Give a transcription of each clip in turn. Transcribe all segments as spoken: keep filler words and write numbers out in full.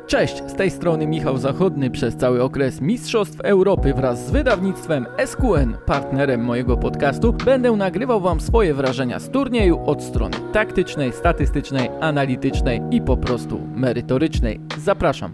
Cześć, z tej strony Michał Zachodny. Przez cały okres Mistrzostw Europy wraz z wydawnictwem S Q N, partnerem mojego podcastu, będę nagrywał Wam swoje wrażenia z turnieju od strony taktycznej, statystycznej, analitycznej i po prostu merytorycznej. Zapraszam.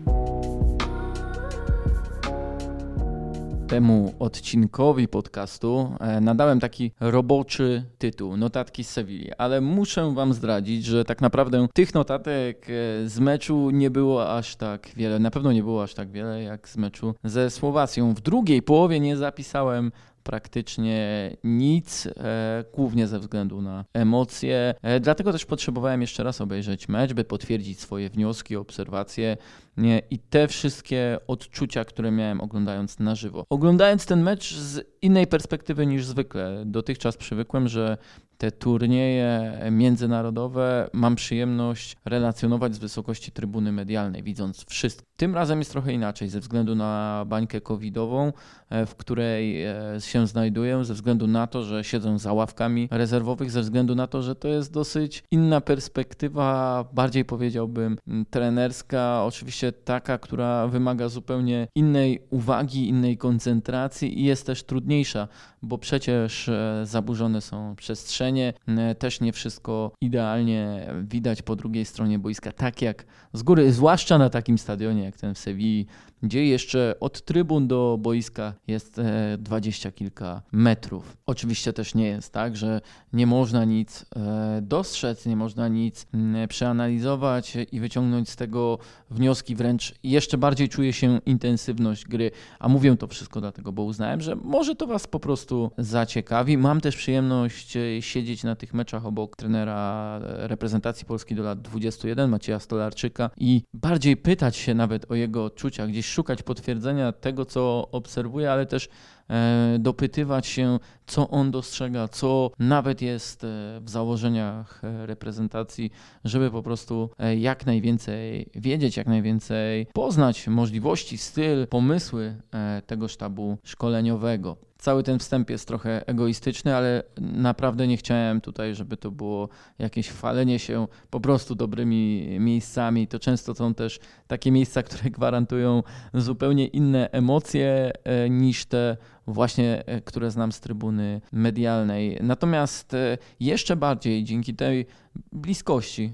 Temu odcinkowi podcastu nadałem taki roboczy tytuł, notatki z Sewilli, ale muszę Wam zdradzić, że tak naprawdę tych notatek z meczu nie było aż tak wiele, na pewno nie było aż tak wiele jak z meczu ze Słowacją. W drugiej połowie nie zapisałem praktycznie nic, e, głównie ze względu na emocje. E, dlatego też potrzebowałem jeszcze raz obejrzeć mecz, by potwierdzić swoje wnioski, obserwacje nie, i te wszystkie odczucia, które miałem oglądając na żywo. Oglądając ten mecz z innej perspektywy niż zwykle. Dotychczas przywykłem, że te turnieje międzynarodowe mam przyjemność relacjonować z wysokości trybuny medialnej, widząc wszystko. Tym razem jest trochę inaczej, ze względu na bańkę covidową, w której się znajduję, ze względu na to, że siedzę za ławkami rezerwowych, ze względu na to, że to jest dosyć inna perspektywa, bardziej powiedziałbym trenerska, oczywiście taka, która wymaga zupełnie innej uwagi, innej koncentracji i jest też trudniejsza, bo przecież zaburzone są przestrzenie, też nie wszystko idealnie widać po drugiej stronie boiska, tak jak z góry, zwłaszcza na takim stadionie jak ten w Sewilli, gdzie jeszcze od trybun do boiska jest dwadzieścia kilka metrów. Oczywiście też nie jest tak, że nie można nic dostrzec, nie można nic przeanalizować i wyciągnąć z tego wnioski, wręcz jeszcze bardziej czuje się intensywność gry, a mówię to wszystko dlatego, bo uznałem, że może to Was po prostu zaciekawi. Mam też przyjemność siedzieć na tych meczach obok trenera reprezentacji Polski do lat dwudziestu jeden, Macieja Stolarczyka, i bardziej pytać się nawet o jego odczucia, gdzieś szukać potwierdzenia tego, co obserwuję, ale też e, dopytywać się, co on dostrzega, co nawet jest w założeniach reprezentacji, żeby po prostu jak najwięcej wiedzieć, jak najwięcej poznać możliwości, styl, pomysły tego sztabu szkoleniowego. Cały ten wstęp jest trochę egoistyczny, ale naprawdę nie chciałem tutaj, żeby to było jakieś chwalenie się po prostu dobrymi miejscami. To często są też takie miejsca, które gwarantują zupełnie inne emocje niż te właśnie, które znam z trybuny medialnej. Natomiast jeszcze bardziej dzięki tej bliskości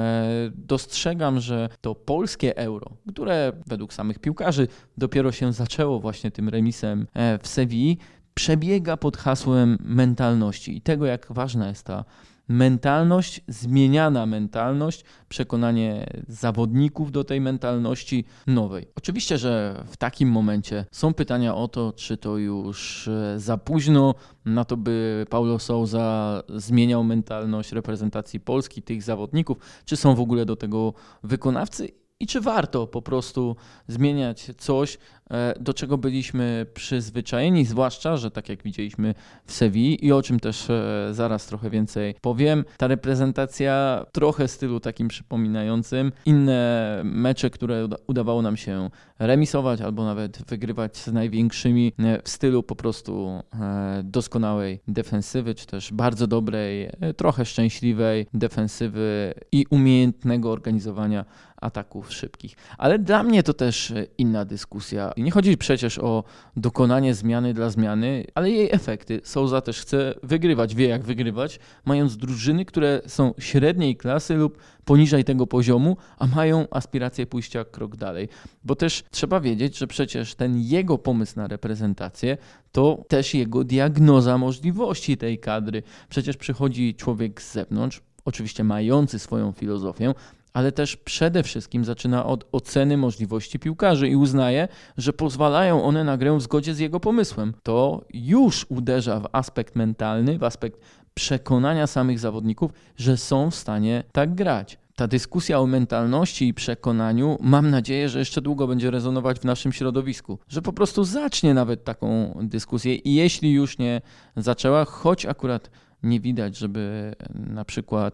dostrzegam, że to polskie Euro, które według samych piłkarzy dopiero się zaczęło właśnie tym remisem w Sewilli, przebiega pod hasłem mentalności i tego, jak ważna jest ta mentalność, zmieniana mentalność, przekonanie zawodników do tej mentalności nowej. Oczywiście, że w takim momencie są pytania o to, czy to już za późno na to, by Paulo Sousa zmieniał mentalność reprezentacji Polski, tych zawodników, czy są w ogóle do tego wykonawcy i czy warto po prostu zmieniać coś, do czego byliśmy przyzwyczajeni, zwłaszcza, że tak jak widzieliśmy w Sewilli i o czym też zaraz trochę więcej powiem, ta reprezentacja trochę stylu takim przypominającym inne mecze, które udawało nam się remisować albo nawet wygrywać z największymi w stylu po prostu doskonałej defensywy, czy też bardzo dobrej, trochę szczęśliwej defensywy i umiejętnego organizowania ataków szybkich. Ale dla mnie to też inna dyskusja. Nie chodzi przecież o dokonanie zmiany dla zmiany, ale jej efekty. Sousa też chce wygrywać, wie jak wygrywać, mając drużyny, które są średniej klasy lub poniżej tego poziomu, a mają aspiracje pójścia krok dalej. Bo też trzeba wiedzieć, że przecież ten jego pomysł na reprezentację to też jego diagnoza możliwości tej kadry. Przecież przychodzi człowiek z zewnątrz, oczywiście mający swoją filozofię, ale też przede wszystkim zaczyna od oceny możliwości piłkarzy i uznaje, że pozwalają one na grę w zgodzie z jego pomysłem. To już uderza w aspekt mentalny, w aspekt przekonania samych zawodników, że są w stanie tak grać. Ta dyskusja o mentalności i przekonaniu, mam nadzieję, że jeszcze długo będzie rezonować w naszym środowisku, że po prostu zacznie nawet taką dyskusję i jeśli już nie zaczęła, choć akurat nie widać, żeby na przykład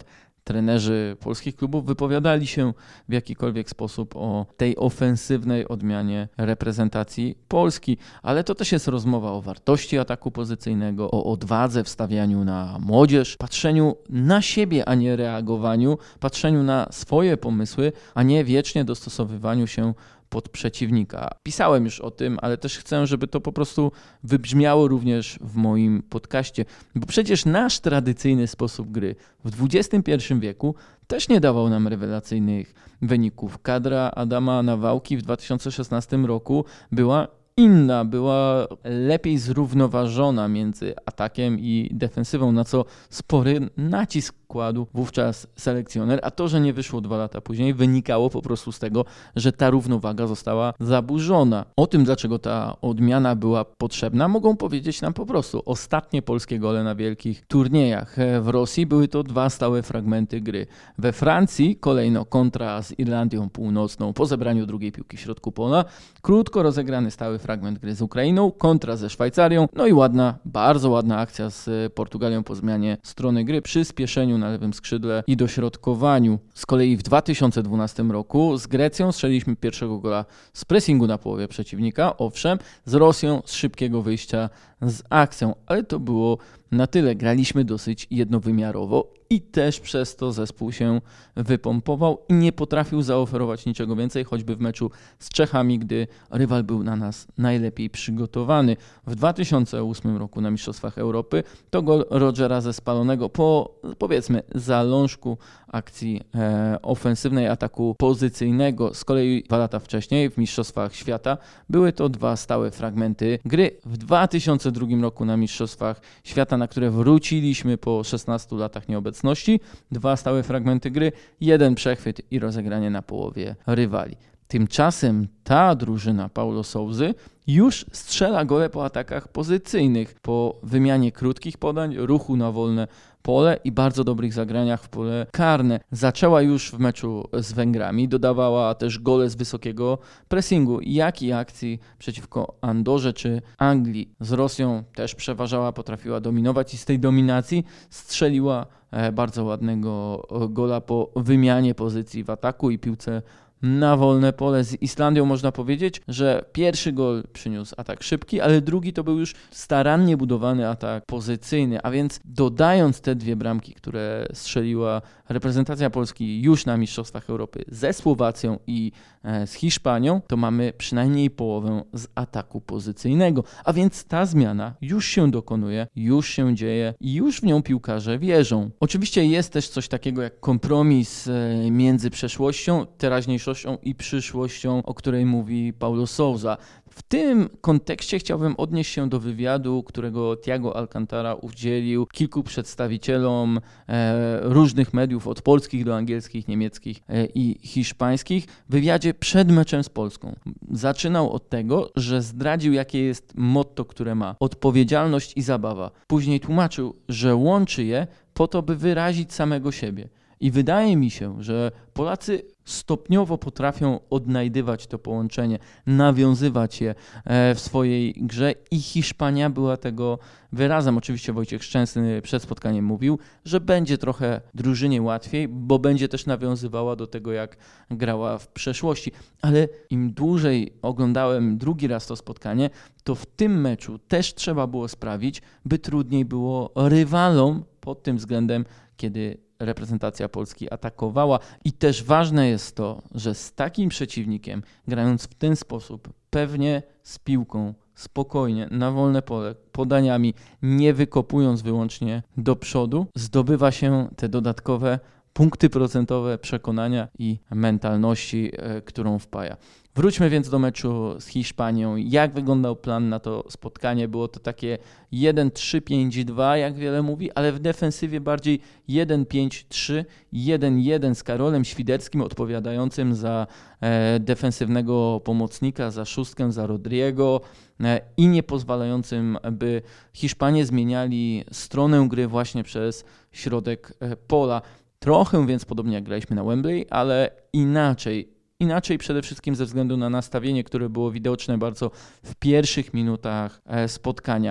trenerzy polskich klubów wypowiadali się w jakikolwiek sposób o tej ofensywnej odmianie reprezentacji Polski. Ale to też jest rozmowa o wartości ataku pozycyjnego, o odwadze w stawianiu na młodzież, patrzeniu na siebie, a nie reagowaniu, patrzeniu na swoje pomysły, a nie wiecznie dostosowywaniu się pod przeciwnika. Pisałem już o tym, ale też chcę, żeby to po prostu wybrzmiało również w moim podcaście, bo przecież nasz tradycyjny sposób gry w dwudziestym pierwszym wieku też nie dawał nam rewelacyjnych wyników. Kadra Adama Nawałki w dwa tysiące szesnastym roku była inna, była lepiej zrównoważona między atakiem i defensywą, na co spory nacisk kładł wówczas selekcjoner, a to, że nie wyszło dwa lata później, wynikało po prostu z tego, że ta równowaga została zaburzona. O tym, dlaczego ta odmiana była potrzebna, mogą powiedzieć nam po prostu ostatnie polskie gole na wielkich turniejach. W Rosji były to dwa stałe fragmenty gry. We Francji kolejno kontra z Irlandią Północną po zebraniu drugiej piłki w środku pola, krótko rozegrany stały fragment gry z Ukrainą, kontra ze Szwajcarią, no i ładna, bardzo ładna akcja z Portugalią po zmianie strony gry, przyspieszeniu na lewym skrzydle i dośrodkowaniu. Z kolei w dwa tysiące dwunastym roku z Grecją strzeliliśmy pierwszego gola z pressingu na połowie przeciwnika, owszem, z Rosją z szybkiego wyjścia z akcją, ale to było na tyle. Graliśmy dosyć jednowymiarowo i też przez to zespół się wypompował i nie potrafił zaoferować niczego więcej, choćby w meczu z Czechami, gdy rywal był na nas najlepiej przygotowany. W dwa tysiące ósmym roku na Mistrzostwach Europy to gol Rogera ze spalonego po, powiedzmy, zalążku akcji e, ofensywnej, ataku pozycyjnego. Z kolei dwa lata wcześniej w Mistrzostwach Świata były to dwa stałe fragmenty gry. W dwa tysiące drugim roku na Mistrzostwach Świata, na które wróciliśmy po szesnastu latach nieobecności, dwa stałe fragmenty gry, jeden przechwyt i rozegranie na połowie rywali. Tymczasem ta drużyna Paulo Sousy już strzela gole po atakach pozycyjnych, po wymianie krótkich podań, ruchu na wolne pole i bardzo dobrych zagraniach w pole karne. Zaczęła już w meczu z Węgrami, dodawała też gole z wysokiego pressingu, jak i akcji przeciwko Andorze czy Anglii. Z Rosją też przeważała, potrafiła dominować i z tej dominacji strzeliła bardzo ładnego gola po wymianie pozycji w ataku i piłce na wolne pole. Z Islandią można powiedzieć, że pierwszy gol przyniósł atak szybki, ale drugi to był już starannie budowany atak pozycyjny, a więc dodając te dwie bramki, które strzeliła reprezentacja Polski już na Mistrzostwach Europy ze Słowacją i z Hiszpanią, to mamy przynajmniej połowę z ataku pozycyjnego, a więc ta zmiana już się dokonuje, już się dzieje i już w nią piłkarze wierzą. Oczywiście jest też coś takiego jak kompromis między przeszłością, teraźniejszością i przyszłością, o której mówi Paulo Sousa. W tym kontekście chciałbym odnieść się do wywiadu, którego Thiago Alcantara udzielił kilku przedstawicielom e, różnych mediów, od polskich do angielskich, niemieckich e, i hiszpańskich, w wywiadzie przed meczem z Polską. Zaczynał od tego, że zdradził, jakie jest motto, które ma: odpowiedzialność i zabawa. Później tłumaczył, że łączy je po to, by wyrazić samego siebie. I wydaje mi się, że Polacy stopniowo potrafią odnajdywać to połączenie, nawiązywać je w swojej grze i Hiszpania była tego wyrazem. Oczywiście Wojciech Szczęsny przed spotkaniem mówił, że będzie trochę drużynie łatwiej, bo będzie też nawiązywała do tego, jak grała w przeszłości. Ale im dłużej oglądałem drugi raz to spotkanie, to w tym meczu też trzeba było sprawić, by trudniej było rywalom pod tym względem, kiedy reprezentacja Polski atakowała. I też ważne jest to, że z takim przeciwnikiem, grając w ten sposób, pewnie z piłką, spokojnie, na wolne pole, podaniami, nie wykopując wyłącznie do przodu, zdobywa się te dodatkowe punkty procentowe przekonania i mentalności, którą wpaja. Wróćmy więc do meczu z Hiszpanią. Jak wyglądał plan na to spotkanie? Było to takie jeden trzy pięć dwa, jak wiele mówi, ale w defensywie bardziej jeden pięć trzy, jeden jeden z Karolem Świderskim odpowiadającym za e, defensywnego pomocnika, za szóstkę, za Rodriego e, i nie pozwalającym, by Hiszpanie zmieniali stronę gry właśnie przez środek e, pola. Trochę więc podobnie jak graliśmy na Wembley, ale inaczej. Inaczej przede wszystkim ze względu na nastawienie, które było widoczne bardzo w pierwszych minutach spotkania.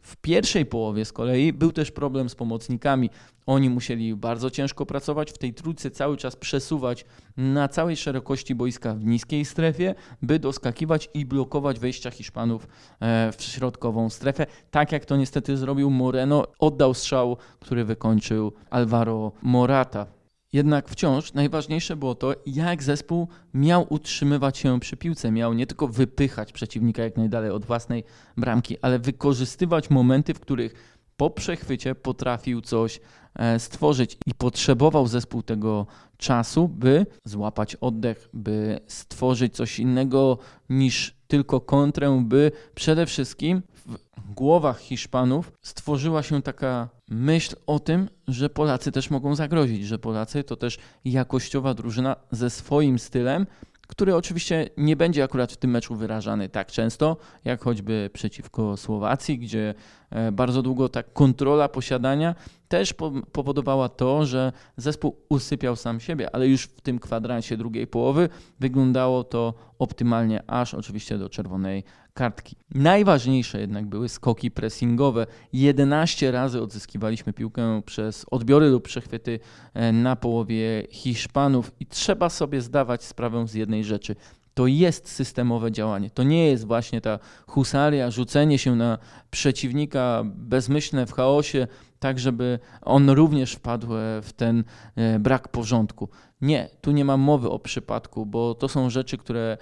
W pierwszej połowie z kolei był też problem z pomocnikami. Oni musieli bardzo ciężko pracować, w tej trójce cały czas przesuwać na całej szerokości boiska w niskiej strefie, by doskakiwać i blokować wejścia Hiszpanów w środkową strefę. Tak jak to niestety zrobił Moreno, oddał strzał, który wykończył Alvaro Morata. Jednak wciąż najważniejsze było to, jak zespół miał utrzymywać się przy piłce. Miał nie tylko wypychać przeciwnika jak najdalej od własnej bramki, ale wykorzystywać momenty, w których po przechwycie potrafił coś stworzyć i potrzebował zespół tego czasu, by złapać oddech, by stworzyć coś innego niż tylko kontrę, by przede wszystkim w głowach Hiszpanów stworzyła się taka myśl o tym, że Polacy też mogą zagrozić, że Polacy to też jakościowa drużyna ze swoim stylem, który oczywiście nie będzie akurat w tym meczu wyrażany tak często, jak choćby przeciwko Słowacji, gdzie bardzo długo ta kontrola posiadania też powodowała to, że zespół usypiał sam siebie, ale już w tym kwadransie drugiej połowy wyglądało to optymalnie, aż oczywiście do czerwonej kartki. Najważniejsze jednak były skoki pressingowe. jedenaście razy odzyskiwaliśmy piłkę przez odbiory lub przechwyty na połowie Hiszpanów i trzeba sobie zdawać sprawę z jednej rzeczy. To jest systemowe działanie. To nie jest właśnie ta husaria, rzucenie się na przeciwnika bezmyślne w chaosie, tak żeby on również wpadł w ten brak porządku. Nie, tu nie ma mowy o przypadku, bo to są rzeczy, które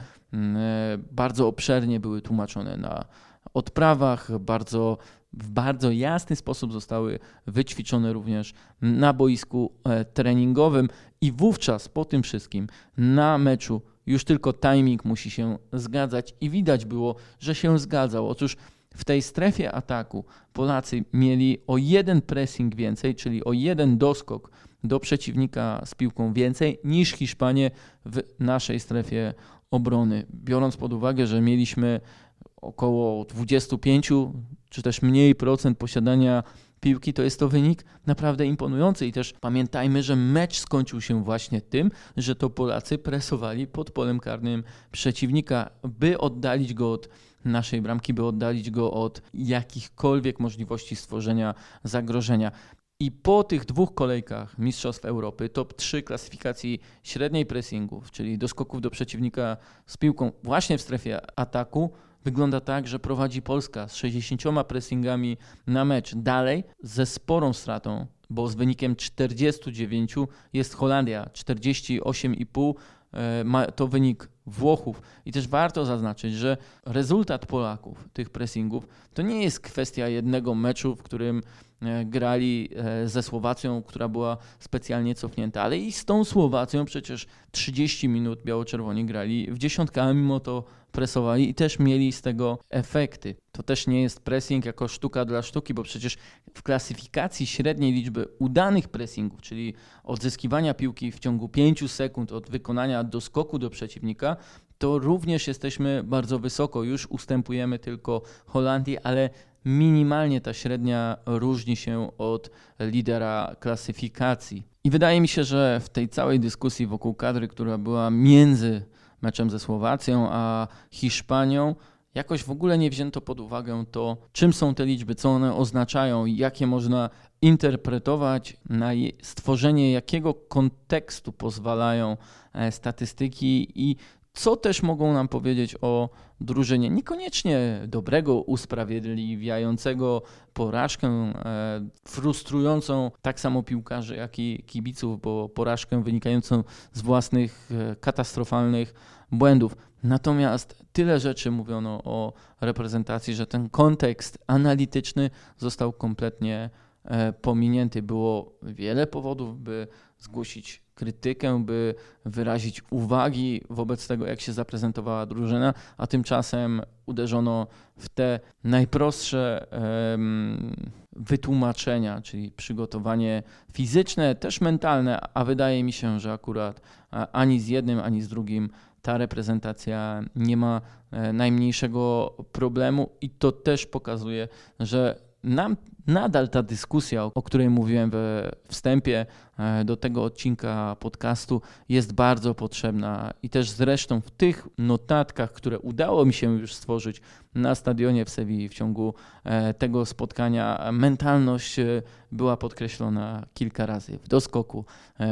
bardzo obszernie były tłumaczone na odprawach, bardzo, w bardzo jasny sposób zostały wyćwiczone również na boisku treningowym i wówczas po tym wszystkim na meczu już tylko timing musi się zgadzać i widać było, że się zgadzał. Otóż w tej strefie ataku Polacy mieli o jeden pressing więcej, czyli o jeden doskok do przeciwnika z piłką więcej niż Hiszpanie w naszej strefie obrony. Biorąc pod uwagę, że mieliśmy około dwadzieścia pięć czy też mniej procent posiadania piłki, to jest to wynik naprawdę imponujący i też pamiętajmy, że mecz skończył się właśnie tym, że to Polacy presowali pod polem karnym przeciwnika, by oddalić go od naszej bramki, by oddalić go od jakichkolwiek możliwości stworzenia zagrożenia. I po tych dwóch kolejkach Mistrzostw Europy, top trzy klasyfikacji średniej pressingów, czyli doskoków do przeciwnika z piłką właśnie w strefie ataku, wygląda tak, że prowadzi Polska z sześćdziesięcioma pressingami na mecz. Dalej ze sporą stratą, bo z wynikiem czterdzieści dziewięć jest Holandia, czterdzieści osiem i pół ma to wynik Włochów. I też warto zaznaczyć, że rezultat Polaków, tych pressingów, to nie jest kwestia jednego meczu, w którym grali ze Słowacją, która była specjalnie cofnięta, ale i z tą Słowacją przecież trzydzieści minut biało-czerwoni grali w dziesiątkę, a mimo to presowali i też mieli z tego efekty. To też nie jest pressing jako sztuka dla sztuki, bo przecież w klasyfikacji średniej liczby udanych pressingów, czyli odzyskiwania piłki w ciągu pięciu sekund od wykonania doskoku do przeciwnika, to również jesteśmy bardzo wysoko. Już ustępujemy tylko Holandii, ale minimalnie ta średnia różni się od lidera klasyfikacji. I wydaje mi się, że w tej całej dyskusji wokół kadry, która była między meczem ze Słowacją a Hiszpanią, jakoś w ogóle nie wzięto pod uwagę to, czym są te liczby, co one oznaczają, jakie można interpretować, na stworzenie jakiego kontekstu pozwalają statystyki i co też mogą nam powiedzieć o drużynie niekoniecznie dobrego, usprawiedliwiającego porażkę, frustrującą tak samo piłkarzy, jak i kibiców, bo porażkę wynikającą z własnych katastrofalnych błędów. Natomiast tyle rzeczy mówiono o reprezentacji, że ten kontekst analityczny został kompletnie pominięty. Było wiele powodów, by zgłosić krytykę, by wyrazić uwagi wobec tego, jak się zaprezentowała drużyna, a tymczasem uderzono w te najprostsze um, wytłumaczenia, czyli przygotowanie fizyczne, też mentalne, a wydaje mi się, że akurat ani z jednym, ani z drugim ta reprezentacja nie ma najmniejszego problemu i to też pokazuje, że nam nadal ta dyskusja, o której mówiłem we wstępie do tego odcinka podcastu, jest bardzo potrzebna i też zresztą w tych notatkach, które udało mi się już stworzyć na stadionie w Sewilli w ciągu tego spotkania, mentalność była podkreślona kilka razy w doskoku,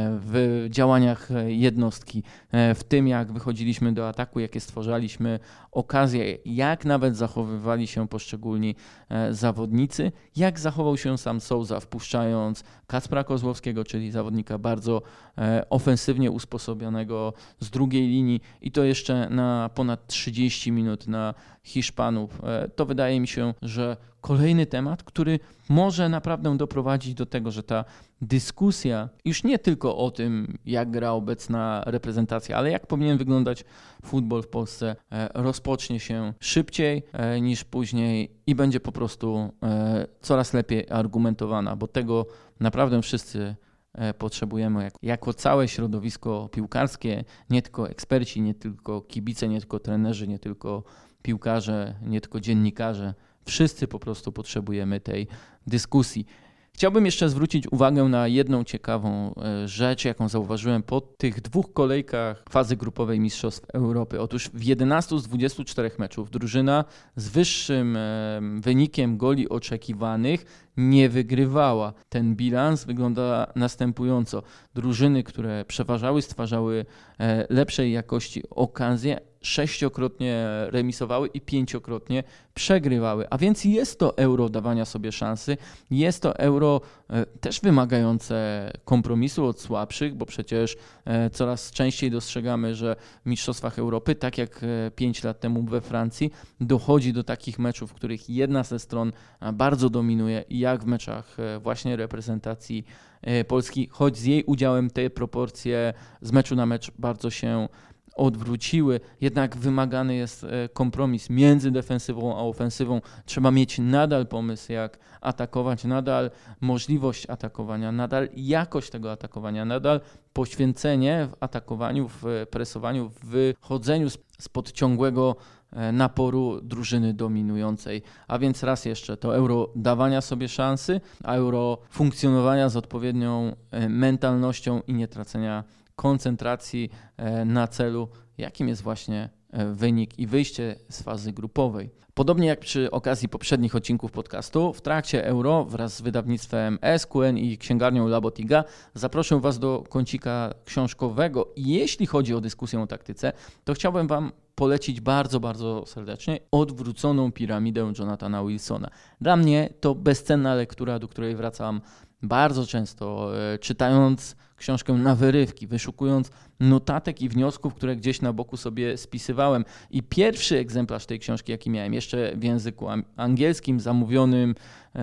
w działaniach jednostki, w tym jak wychodziliśmy do ataku, jakie stwarzaliśmy okazje, jak nawet zachowywali się poszczególni zawodnicy, jak zachował się sam Sousa, wpuszczając Kacpra Kozłowskiego, czyli zawodnika bardzo ofensywnie usposobionego z drugiej linii i to jeszcze na ponad trzydzieści minut na Hiszpanów. To wydaje mi się, że kolejny temat, który może naprawdę doprowadzić do tego, że ta dyskusja już nie tylko o tym, jak gra obecna reprezentacja, ale jak powinien wyglądać futbol w Polsce, rozpocznie się szybciej niż później i będzie po prostu coraz lepiej argumentowana, bo tego naprawdę wszyscy potrzebujemy jako całe środowisko piłkarskie, nie tylko eksperci, nie tylko kibice, nie tylko trenerzy, nie tylko piłkarze, nie tylko dziennikarze. Wszyscy po prostu potrzebujemy tej dyskusji. Chciałbym jeszcze zwrócić uwagę na jedną ciekawą rzecz, jaką zauważyłem po tych dwóch kolejkach fazy grupowej Mistrzostw Europy. Otóż w jedenastu z dwudziestu czterech meczów drużyna z wyższym wynikiem goli oczekiwanych nie wygrywała. Ten bilans wygląda następująco. Drużyny, które przeważały, stwarzały lepszej jakości okazje, sześciokrotnie remisowały i pięciokrotnie przegrywały. A więc jest to euro dawania sobie szansy, jest to euro też wymagające kompromisu od słabszych, bo przecież coraz częściej dostrzegamy, że w Mistrzostwach Europy, tak jak pięć lat temu we Francji, dochodzi do takich meczów, w których jedna ze stron bardzo dominuje, jak w meczach właśnie reprezentacji Polski, choć z jej udziałem te proporcje z meczu na mecz bardzo się odwróciły, jednak wymagany jest kompromis między defensywą a ofensywą. Trzeba mieć nadal pomysł, jak atakować, nadal możliwość atakowania, nadal jakość tego atakowania, nadal poświęcenie w atakowaniu, w presowaniu, w wychodzeniu spod ciągłego naporu drużyny dominującej. A więc raz jeszcze to euro dawania sobie szansy, a euro funkcjonowania z odpowiednią mentalnością i nie tracenia koncentracji na celu, jakim jest właśnie wynik i wyjście z fazy grupowej. Podobnie jak przy okazji poprzednich odcinków podcastu, w trakcie Euro wraz z wydawnictwem S Q N i księgarnią Labotiga zaproszę Was do kącika książkowego i jeśli chodzi o dyskusję o taktyce, to chciałbym Wam polecić bardzo, bardzo serdecznie Odwróconą piramidę Jonathana Wilsona. Dla mnie to bezcenna lektura, do której wracam bardzo często, czytając książkę na wyrywki, wyszukując notatek i wniosków, które gdzieś na boku sobie spisywałem. I pierwszy egzemplarz tej książki, jaki miałem jeszcze w języku angielskim, zamówionym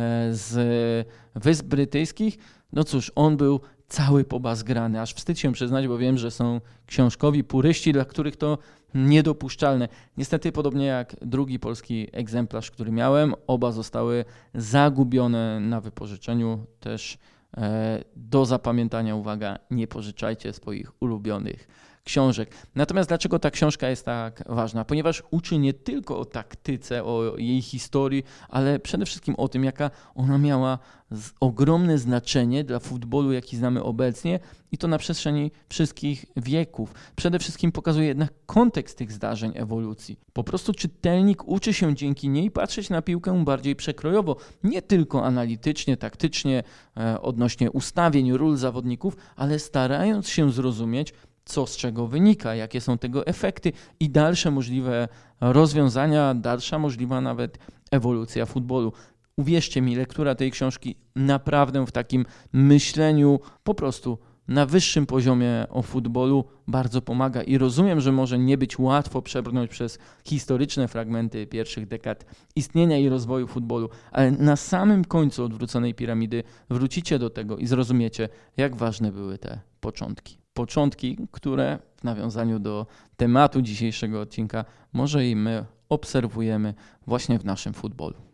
z Wysp Brytyjskich, no cóż, on był cały pobazgrany, aż wstyd się przyznać, bo wiem, że są książkowi puryści, dla których to niedopuszczalne. Niestety, podobnie jak drugi polski egzemplarz, który miałem, oba zostały zagubione na wypożyczeniu. Też e, do zapamiętania, uwaga, nie pożyczajcie swoich ulubionych książek. Natomiast dlaczego ta książka jest tak ważna? Ponieważ uczy nie tylko o taktyce, o jej historii, ale przede wszystkim o tym, jaka ona miała ogromne znaczenie dla futbolu, jaki znamy obecnie i to na przestrzeni wszystkich wieków. Przede wszystkim pokazuje jednak kontekst tych zdarzeń ewolucji. Po prostu czytelnik uczy się dzięki niej patrzeć na piłkę bardziej przekrojowo, nie tylko analitycznie, taktycznie, e, odnośnie ustawień, ról zawodników, ale starając się zrozumieć, co z czego wynika, jakie są tego efekty i dalsze możliwe rozwiązania, dalsza możliwa nawet ewolucja futbolu. Uwierzcie mi, lektura tej książki naprawdę w takim myśleniu po prostu na wyższym poziomie o futbolu bardzo pomaga i rozumiem, że może nie być łatwo przebrnąć przez historyczne fragmenty pierwszych dekad istnienia i rozwoju futbolu, ale na samym końcu Odwróconej piramidy wrócicie do tego i zrozumiecie, jak ważne były te początki. Początki, które w nawiązaniu do tematu dzisiejszego odcinka może i my obserwujemy właśnie w naszym futbolu.